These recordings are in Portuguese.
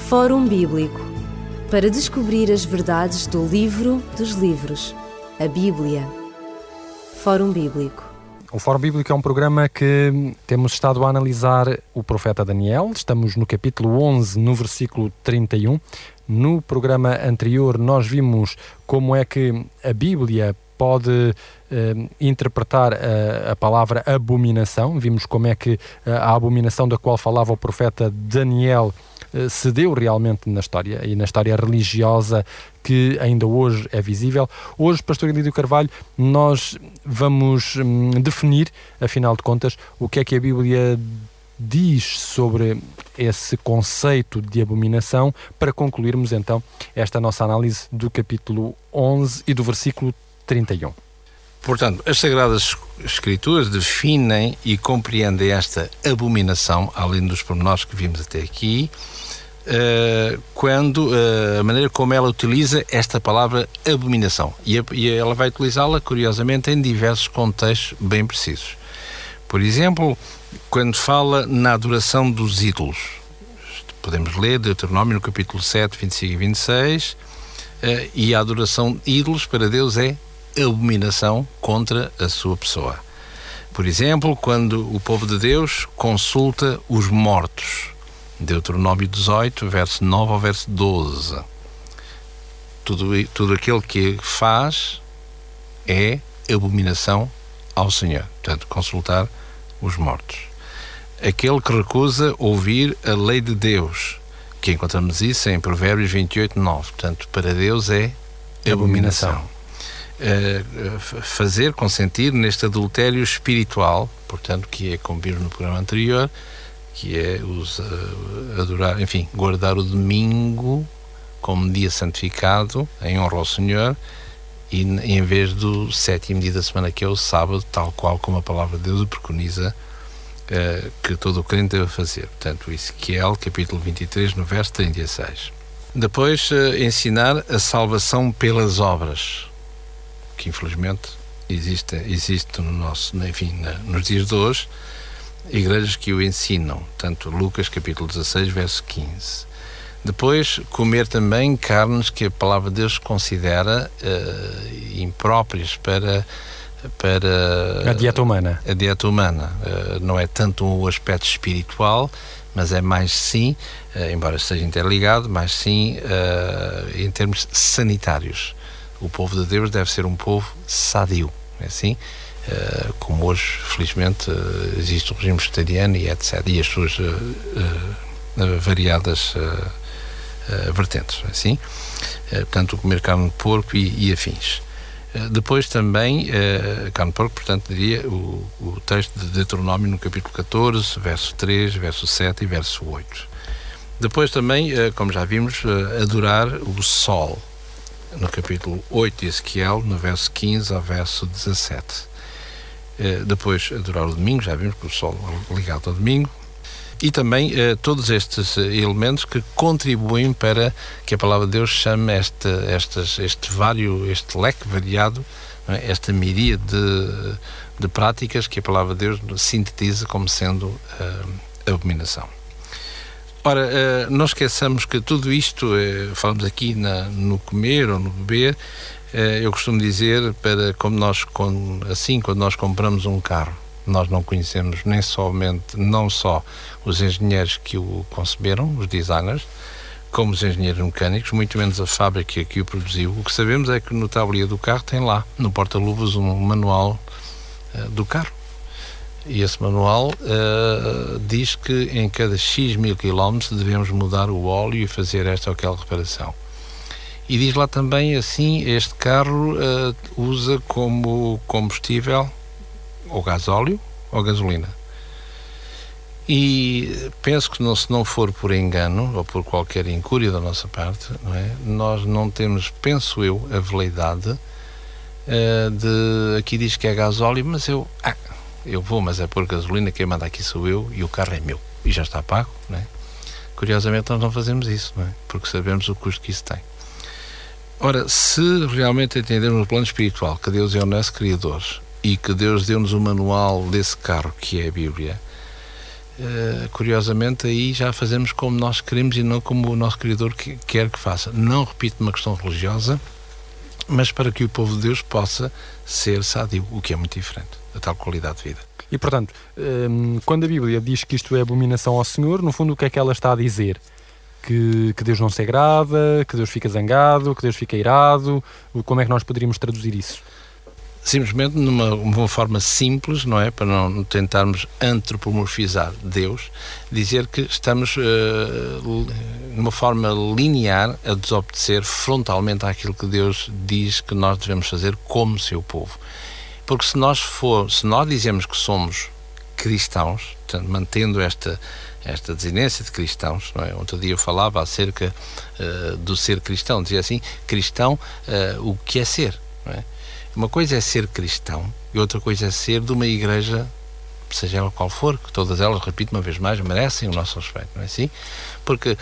Fórum Bíblico, para descobrir as verdades do livro dos livros, a Bíblia. Fórum Bíblico. O Fórum Bíblico é um programa que temos estado a analisar o profeta Daniel. Estamos no capítulo 11, no versículo 31. No programa anterior nós vimos como é que a Bíblia pode interpretar a palavra abominação. Vimos como é que a abominação da qual falava o profeta Daniel se deu realmente na história e na história religiosa que ainda hoje é visível. Hoje, Pastor Elídio Carvalho, nós vamos definir, afinal de contas, o que é que a Bíblia diz sobre esse conceito de abominação, para concluirmos então esta nossa análise do capítulo 11 e do versículo 31. Portanto, as Sagradas Escrituras definem e compreendem esta abominação, além dos pormenores que vimos até aqui, a maneira como ela utiliza esta palavra abominação. E ela vai utilizá-la, curiosamente, em diversos contextos bem precisos. Por exemplo, quando fala na adoração dos ídolos. Podemos ler Deuteronômio no capítulo 7, 25 e 26, e a adoração de ídolos para Deus é abominação contra a sua pessoa. Por exemplo, quando o povo de Deus consulta os mortos, Deuteronômio 18, verso 9 ao verso 12. Tudo aquilo que faz é abominação ao Senhor. Portanto, consultar os mortos. Aquele que recusa ouvir a lei de Deus, que encontramos isso em Provérbios 28, 9. Portanto, para Deus é abominação. Fazer, consentir neste adultério espiritual, portanto, que é, como vimos no programa anterior, que é adorar, enfim, guardar o domingo como dia santificado, em honra ao Senhor, e em vez do 7º dia da semana, que é o sábado, tal qual como a palavra de Deus o preconiza, que todo o crente deve fazer. Portanto, Ezequiel, capítulo 23, no verso 36. Depois, ensinar a salvação pelas obras, que infelizmente existe no nosso, enfim, nos dias de hoje, igrejas que o ensinam, tanto Lucas capítulo 16, verso 15. Depois, comer também carnes que a palavra de Deus considera impróprias para a dieta humana. A dieta humana. Não é tanto o aspecto espiritual, mas é mais sim, embora esteja interligado, mais sim em termos sanitários. O povo de Deus deve ser um povo sadio, é assim? Como hoje, felizmente, existe o regime vegetariano e etc. E as suas variadas vertentes, assim? Portanto, comer carne de porco e afins. Depois também, carne de porco, portanto, diria o texto de Deuteronômio no capítulo 14, verso 3, verso 7 e verso 8. Depois também, como já vimos, adorar o sol, no capítulo 8 de Ezequiel, no verso 15 ao verso 17. Depois, adorar o domingo, já vimos que o sol é ligado ao domingo. E também todos estes elementos que contribuem para que a palavra de Deus chame este leque variado, não é? Esta miríade de práticas que a palavra de Deus sintetiza como sendo abominação. Ora, não esqueçamos que tudo isto, falamos aqui no comer ou no beber, eu costumo dizer, quando nós compramos um carro, nós não conhecemos não só os engenheiros que o conceberam, os designers, como os engenheiros mecânicos, muito menos a fábrica que o produziu. O que sabemos é que no tabuleiro do carro tem lá, no porta-luvas, um manual do carro. E esse manual diz que em cada X mil quilómetros devemos mudar o óleo e fazer esta ou aquela reparação. E diz lá também, assim, este carro usa como combustível ou gasóleo ou gasolina. E penso que se não for por engano ou por qualquer incúria da nossa parte, não é? Nós não temos, penso eu, a veleidade aqui diz que é gasóleo, mas eu vou, mas é por gasolina, quem manda aqui sou eu e o carro é meu e já está pago, não é? Curiosamente nós não fazemos isso, não é? Porque sabemos o custo que isso tem. Ora, se realmente entendermos o plano espiritual, que Deus é o nosso Criador e que Deus deu-nos o manual desse carro que é a Bíblia, curiosamente aí já fazemos como nós queremos e não como o nosso Criador quer que faça. Não repito uma questão religiosa, mas para que o povo de Deus possa ser sádio, o que é muito diferente, a tal qualidade de vida. E portanto, quando a Bíblia diz que isto é abominação ao Senhor, no fundo o que é que ela está a dizer? Que Deus não se agrada, que Deus fica zangado, que Deus fica irado? Como é que nós poderíamos traduzir isso? Simplesmente numa forma simples, não é? Para não tentarmos antropomorfizar Deus, dizer que estamos numa forma linear a desobedecer frontalmente àquilo que Deus diz que nós devemos fazer como seu povo. Porque se nós dizemos que somos cristãos, portanto, mantendo esta desinência de cristãos, não é? Outro dia eu falava acerca do ser cristão, dizia assim, cristão, o que é ser, não é? Uma coisa é ser cristão e outra coisa é ser de uma igreja, seja ela qual for, que todas elas, repito uma vez mais, merecem o nosso respeito, não é assim? Porque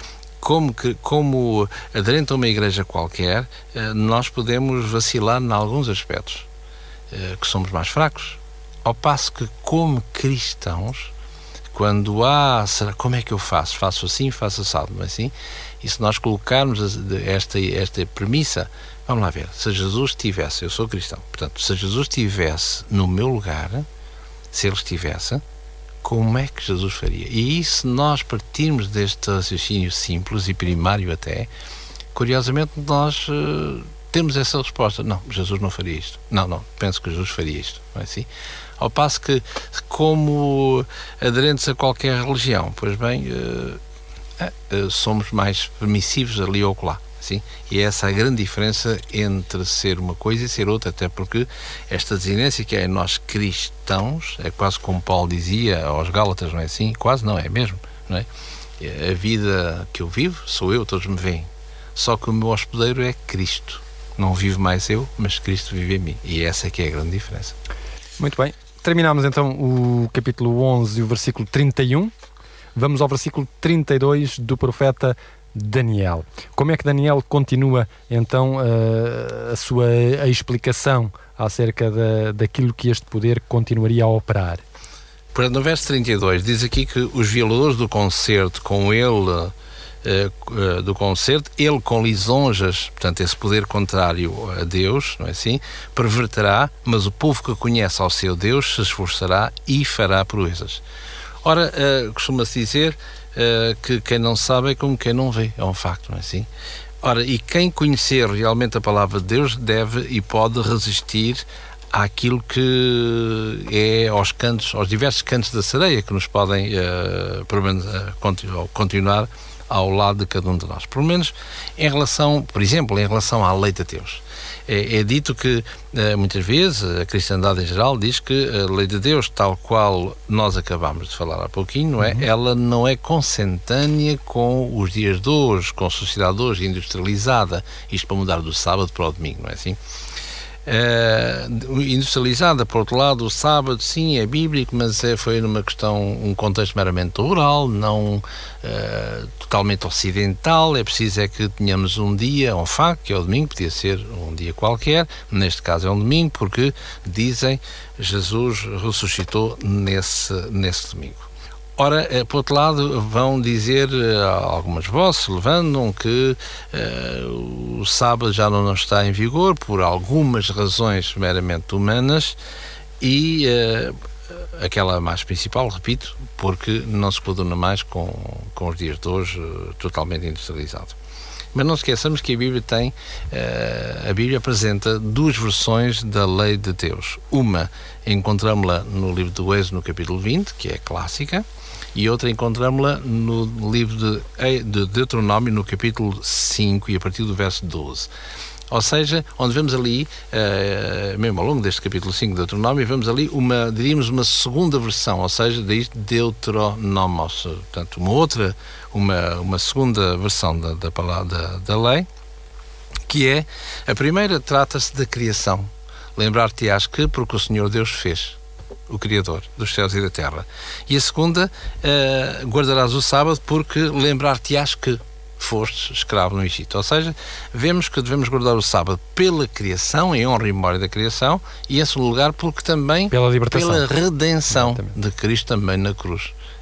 como aderente a uma igreja qualquer, nós podemos vacilar em alguns aspectos, que somos mais fracos, ao passo que como cristãos, quando será, como é que eu faço? Faço assim, faço assado, não é assim? E se nós colocarmos esta premissa, vamos lá ver, se Jesus estivesse, eu sou cristão, portanto, se Jesus estivesse no meu lugar, se ele estivesse, como é que Jesus faria? E se nós partirmos deste raciocínio simples e primário até, curiosamente nós temos essa resposta, não, Jesus não faria isto, não, penso que Jesus faria isto, não é assim? Ao passo que, como aderentes a qualquer religião, pois bem, somos mais permissivos ali ou lá. Sim? E é essa a grande diferença entre ser uma coisa e ser outra, até porque esta desinência que é nós cristãos, é quase como Paulo dizia aos Gálatas, não é assim? Quase não, é mesmo, não é? A vida que eu vivo, sou eu, todos me veem, só que o meu hospedeiro é Cristo. Não vivo mais eu, mas Cristo vive em mim. E essa é que é a grande diferença. Muito bem. Terminamos então o capítulo 11 e o versículo 31. Vamos ao versículo 32 do profeta Daniel. Como é que Daniel continua então a sua explicação acerca daquilo que este poder continuaria a operar? Portanto, no verso 32 diz aqui que os violadores do concerto com ele com lisonjas, portanto esse poder contrário a Deus, não é assim, perverterá, mas o povo que conhece ao seu Deus se esforçará e fará proezas. Ora, costuma-se dizer que quem não sabe é como quem não vê, é um facto, não é assim? Ora, e quem conhecer realmente a palavra de Deus deve e pode resistir àquilo que é aos diversos cantos da sereia que nos podem continuar ao lado de cada um de nós. Pelo menos por exemplo, em relação à lei de Deus. É dito que, muitas vezes, a cristandade em geral diz que a lei de Deus, tal qual nós acabámos de falar há pouquinho, não é? Ela não é consentânea com os dias de hoje, com a sociedade de hoje industrializada, isto para mudar do sábado para o domingo, não é assim? Industrializada, por outro lado, o sábado sim é bíblico, mas foi um contexto meramente rural, não totalmente ocidental. É preciso que tenhamos um dia, um facto, que é o domingo, podia ser um dia qualquer, neste caso é um domingo, porque dizem Jesus ressuscitou nesse domingo. Ora, por outro lado, vão dizer algumas vozes, levantam que o sábado já não está em vigor por algumas razões meramente humanas e aquela mais principal, repito, porque não se coaduna mais com os dias de hoje totalmente industrializado. Mas não esqueçamos que a Bíblia apresenta duas versões da lei de Deus. Uma encontramos-la no livro do Êxodo, no capítulo 20, que é clássica, e outra encontramos-la no livro de Deuteronômio, no capítulo 5 e a partir do verso 12. Ou seja, onde vemos ali, mesmo ao longo deste capítulo 5 de Deuteronômio, vemos ali uma segunda versão, ou seja, diz Deuteronomos, portanto, uma segunda versão da palavra da lei, que é, a primeira trata-se da criação. Lembrar-te-ás que, porque o Senhor Deus fez, o Criador dos céus e da terra. E a segunda, guardarás o sábado porque lembrar-te-ás que foste escravo no Egito. Ou seja, vemos que devemos guardar o sábado pela criação, em honra e memória da criação, e em segundo lugar porque também pela redenção de Cristo também na cruz.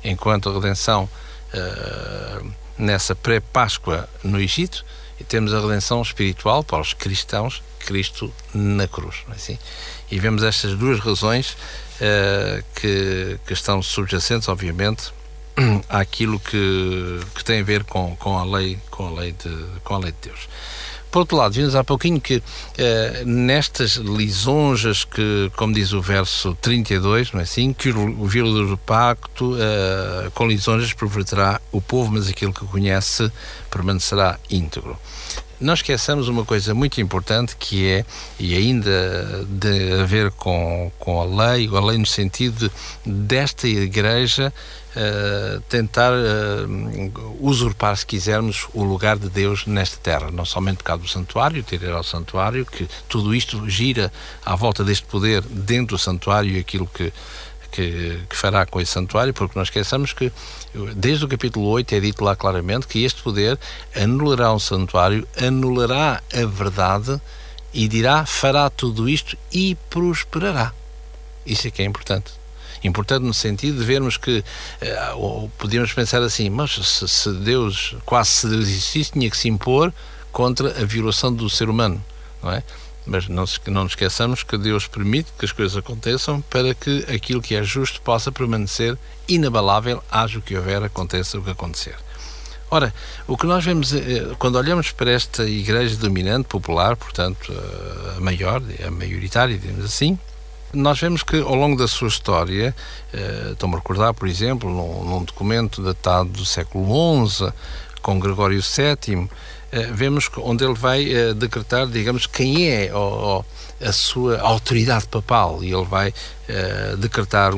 enquanto a redenção nessa pré-Páscoa no Egito, e temos a redenção espiritual para os cristãos, Cristo na cruz, não é assim? E vemos estas duas razões que estão subjacentes, obviamente, àquilo que tem a ver com a lei de Deus. Por outro lado, vimos há pouquinho que nestas lisonjas que, como diz o verso 32, não é assim, que o violador do pacto com lisonjas perverterá o povo, mas aquilo que conhece permanecerá íntegro. Não esqueçamos uma coisa muito importante que é, e ainda de a ver com a lei no sentido desta igreja tentar usurpar, se quisermos, o lugar de Deus nesta terra, não somente por causa do santuário, ter ir ao santuário, que tudo isto gira à volta deste poder dentro do santuário e aquilo que fará com esse santuário, porque não esqueçamos que desde o capítulo 8 é dito lá claramente que este poder anulará um santuário, anulará a verdade e dirá, fará tudo isto e prosperará. Isso é que é importante. Importante no sentido de vermos que podíamos pensar assim, mas se Deus existisse, tinha que se impor contra a violação do ser humano, não é? Mas não nos esqueçamos que Deus permite que as coisas aconteçam para que aquilo que é justo possa permanecer inabalável, haja o que houver, aconteça o que acontecer. Ora, o que nós vemos, quando olhamos para esta igreja dominante, popular, portanto, a maior, a maioritária, digamos assim, nós vemos que ao longo da sua história, estou-me a recordar, por exemplo, num documento datado do século XI, com Gregório VII, vemos onde ele vai decretar, digamos, quem é a sua autoridade papal, e ele vai decretar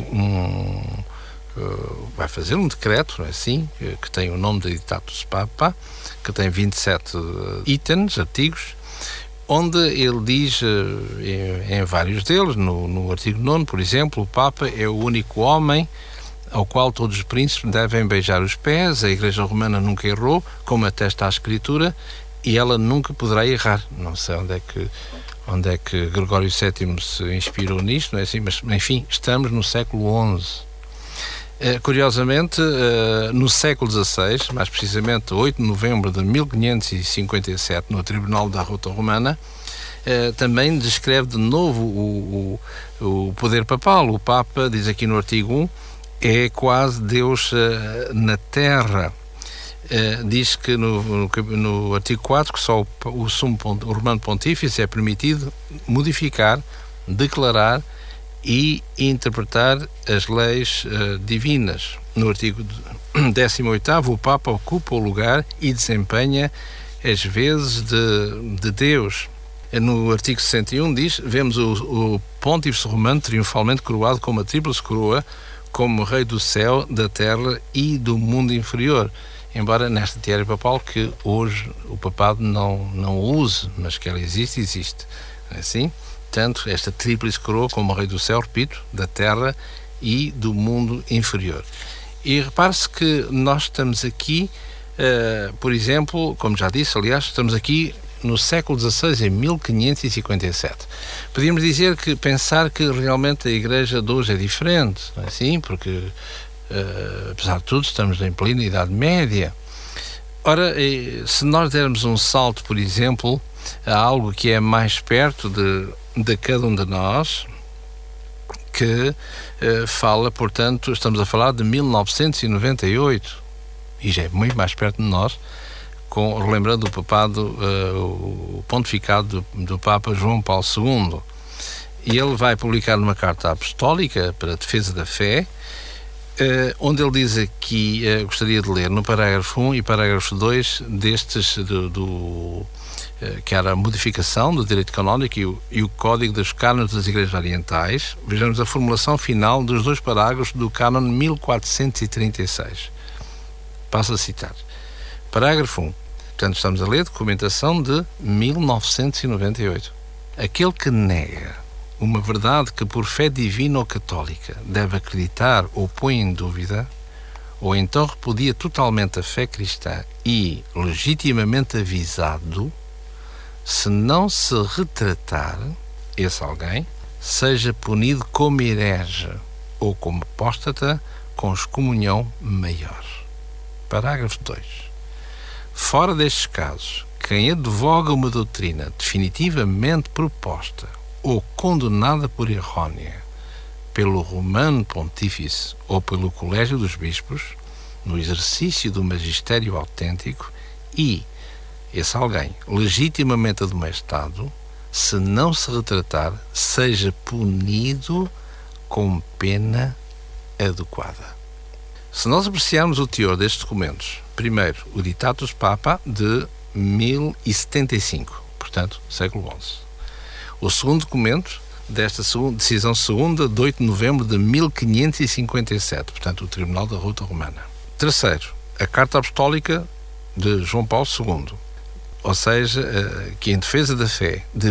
vai fazer um decreto, não é assim, que tem o nome de Editatus Papa, que tem 27 itens, artigos, onde ele diz, em vários deles, no artigo 9, por exemplo, o Papa é o único homem ao qual todos os príncipes devem beijar os pés, a Igreja Romana nunca errou, como atesta a Escritura, e ela nunca poderá errar. Não sei onde é que Gregório VII se inspirou nisto, não é assim? Mas, enfim, estamos no século XI. Curiosamente, no século XVI, mais precisamente 8 de novembro de 1557, no Tribunal da Rota Romana, também descreve de novo o poder papal. O Papa, diz aqui no artigo 1, é quase Deus na Terra. Diz que no artigo 4 que só o Romano Pontífice é permitido modificar, declarar e interpretar as leis divinas. No artigo 18º, o Papa ocupa o lugar e desempenha as vezes de Deus. No artigo 61 diz, vemos o Pontífice Romano triunfalmente coroado com uma tríplice coroa, como Rei do céu, da terra e do mundo inferior. Embora nesta tiara papal, que hoje o papado não use, mas que ela existe. Assim, tanto esta tríplice coroa como o Rei do céu, repito, da terra e do mundo inferior. E repare-se que nós estamos aqui, por exemplo, como já disse, aliás, estamos aqui no século XVI, em 1557. Podíamos pensar que realmente a Igreja de hoje é diferente, não é assim? Porque, apesar de tudo, estamos em plena Idade Média. Ora, se nós dermos um salto, por exemplo, a algo que é mais perto de cada um de nós, que fala, portanto, estamos a falar de 1998, e já é muito mais perto de nós, relembrando o papado, o pontificado do Papa João Paulo II. E ele vai publicar uma carta apostólica para a defesa da fé, onde ele diz aqui, gostaria de ler no parágrafo 1 e parágrafo 2 destes, que era a modificação do direito canónico e o Código dos Cânones das Igrejas Orientais. Vejamos a formulação final dos dois parágrafos do Cânon 1436. Passo a citar. Parágrafo 1. Portanto, estamos a ler documentação de 1998. Aquele que nega uma verdade que por fé divina ou católica deve acreditar ou põe em dúvida, ou então repudia totalmente a fé cristã e, legitimamente avisado, se não se retratar, esse alguém, seja punido como herege ou como apóstata, com excomunhão maior. Parágrafo 2. Fora destes casos, quem advoga uma doutrina definitivamente proposta ou condenada por errónea pelo Romano Pontífice ou pelo Colégio dos Bispos, no exercício do magistério autêntico, e esse alguém legitimamente admoestado, se não se retratar, seja punido com pena adequada. Se nós apreciarmos o teor destes documentos, primeiro, o Ditatus Papa de 1075, portanto, século XI. O segundo documento desta decisão segunda de 8 de novembro de 1557, portanto, o Tribunal da Ruta Romana. Terceiro, a Carta Apostólica de João Paulo II, ou seja, que em defesa da fé de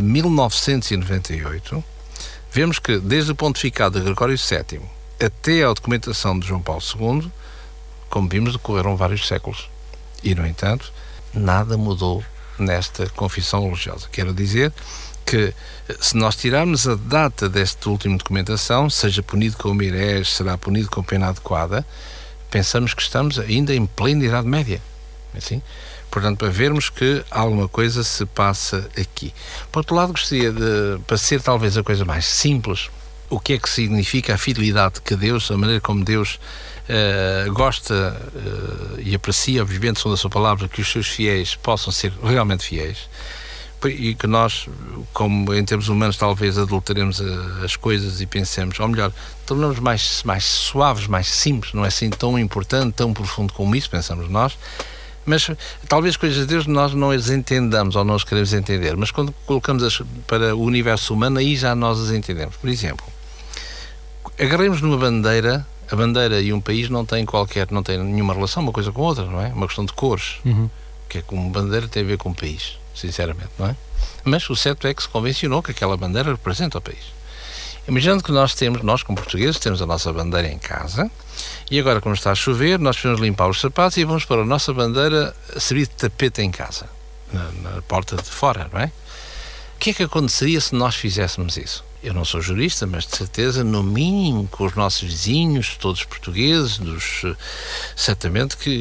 1998, vemos que desde o pontificado de Gregório VII até à documentação de João Paulo II, como vimos, decorreram vários séculos. E, no entanto, nada mudou nesta confissão religiosa. Quero dizer que, se nós tirarmos a data desta última documentação, seja punido com herege, será punido com pena adequada, pensamos que estamos ainda em plena Idade Média. Assim? Portanto, para vermos que alguma coisa se passa aqui. Por outro lado, gostaria de, para ser talvez a coisa mais simples, o que é que significa a fidelidade que Deus, a maneira como Deus gosta e aprecia, obviamente, segundo a sua palavra, que os seus fiéis possam ser realmente fiéis, e que nós, como em termos humanos, talvez adulteremos as coisas e pensemos, ou melhor, tornamos mais suaves, mais simples, não é assim tão importante, tão profundo como isso, pensamos nós. Mas talvez coisas de Deus nós não as entendamos ou não as queremos entender, mas quando colocamos para o universo humano, aí já nós as entendemos. Por exemplo, agarremos numa bandeira, a bandeira e um país não têm nenhuma relação uma coisa com a outra, não é? Uma questão de cores, que é como bandeira tem a ver com o país, sinceramente, não é? Mas o certo é que se convencionou que aquela bandeira representa o país. Imaginando que nós como portugueses, temos a nossa bandeira em casa, e agora, como está a chover, nós podemos limpar os sapatos e vamos para a nossa bandeira servir de tapete em casa, na porta de fora, não é? O que é que aconteceria se nós fizéssemos isso? Eu não sou jurista, mas de certeza, no mínimo, com os nossos vizinhos, todos portugueses, certamente que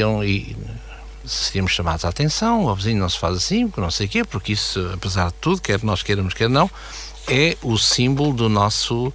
seríamos chamados à atenção, o vizinho não se faz assim, porque não sei o quê, porque isso, apesar de tudo, quer nós queiramos, quer não, é o símbolo do nosso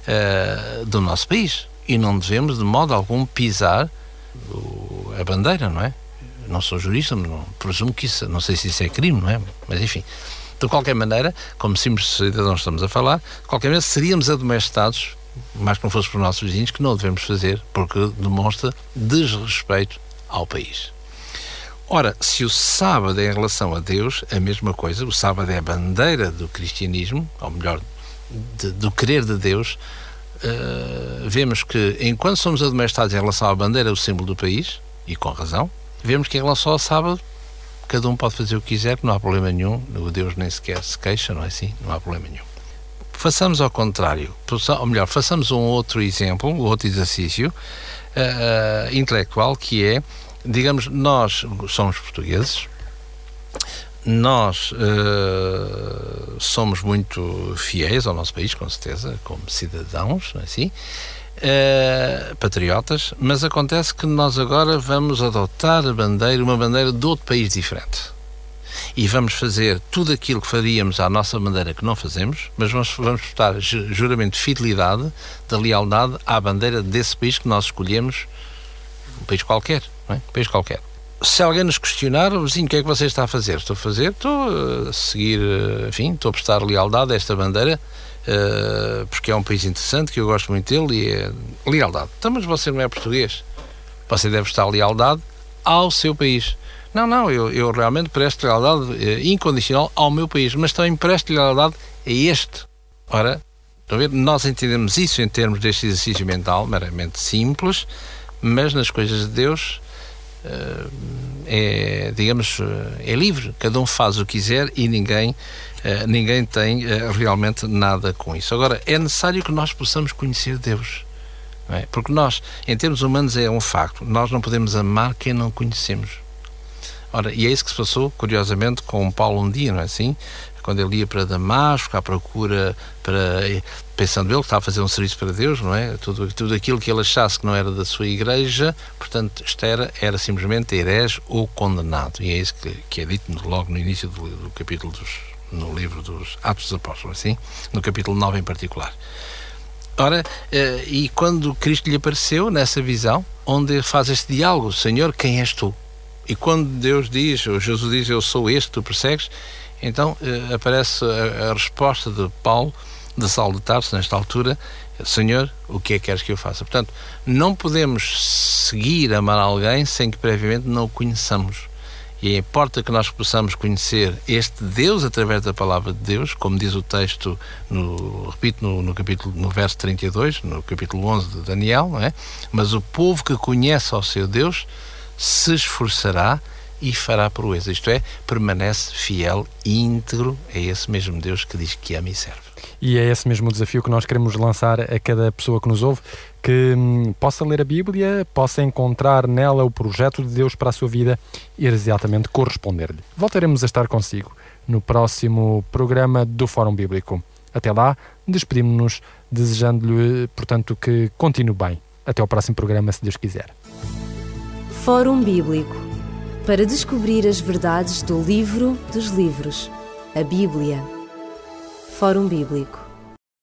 país. E não devemos, de modo algum, pisar a bandeira, não é? Não sou jurista, mas não, presumo que isso, não sei se isso é crime, não é? Mas, enfim, de qualquer maneira, como simples cidadãos estamos a falar, de qualquer maneira, seríamos admoestados, mais que não fosse para os nossos vizinhos, que não o devemos fazer, porque demonstra desrespeito ao país. Ora, se o sábado é em relação a Deus, a mesma coisa, o sábado é a bandeira do cristianismo, ou melhor, do querer de Deus, vemos que, enquanto somos admoestados em relação à bandeira, o símbolo do país, e com razão, vemos que em relação ao sábado, cada um pode fazer o que quiser, que não há problema nenhum, o Deus nem sequer se queixa, não é assim? Não há problema nenhum. Façamos ao contrário, ou melhor, façamos um outro exemplo, um outro exercício intelectual, que é, digamos, nós somos portugueses, nós somos muito fiéis ao nosso país, com certeza, como cidadãos, não é assim? Patriotas, mas acontece que nós agora vamos adotar uma bandeira de outro país diferente. E vamos fazer tudo aquilo que faríamos à nossa bandeira que não fazemos, mas vamos prestar juramento de fidelidade, de lealdade à bandeira desse país que nós escolhemos, um país qualquer, não é? Um país qualquer. Se alguém nos questionar, vizinho, o que é que você está a fazer? Estou a seguir, enfim, estou a prestar lealdade a esta bandeira, porque é um país interessante, que eu gosto muito dele, e é lealdade. Então, mas você não é português. Você deve prestar lealdade ao seu país. Não, eu realmente presto lealdade incondicional ao meu país, mas também presto lealdade a este. Ora, estão a ver? Nós entendemos isso em termos deste exercício mental, meramente simples, mas nas coisas de Deus é livre, cada um faz o que quiser e ninguém tem realmente nada com isso. Agora, é necessário que nós possamos conhecer Deus, não é? Porque nós, em termos humanos, é um facto, nós não podemos amar quem não conhecemos. Ora, e é isso que se passou, curiosamente, com Paulo um dia, não é assim? quando ele ia para Damasco, à procura, pensando ele que estava a fazer um serviço para Deus, não é? Tudo aquilo que ele achasse que não era da sua igreja, portanto, isto era simplesmente herege ou condenado. E é isso que é dito logo no início do capítulo no livro dos Atos dos Apóstolos, assim, no capítulo 9 em particular. Ora, e quando Cristo lhe apareceu nessa visão, onde faz este diálogo, Senhor, quem és tu? E quando Deus diz, ou Jesus diz, eu sou este, tu persegues, então aparece a resposta de Paulo, de Saulo de Tarso, nesta altura, Senhor, o que é que queres que eu faça? Portanto, não podemos seguir, amar alguém sem que previamente não o conheçamos. E importa que nós possamos conhecer este Deus através da palavra de Deus, como diz o texto, no verso 32, no capítulo 11 de Daniel, não é? Mas o povo que conhece ao seu Deus se esforçará e fará proeza. Isto é, permanece fiel e íntegro a esse mesmo Deus que diz que ama e serve. E é esse mesmo desafio que nós queremos lançar a cada pessoa que nos ouve, que possa ler a Bíblia, possa encontrar nela o projeto de Deus para a sua vida e exatamente corresponder-lhe. Voltaremos a estar consigo no próximo programa do Fórum Bíblico. Até lá, despedimos-nos desejando-lhe, portanto, que continue bem. Até ao próximo programa, se Deus quiser. Fórum Bíblico, para descobrir as verdades do livro dos livros, a Bíblia. Fórum Bíblico.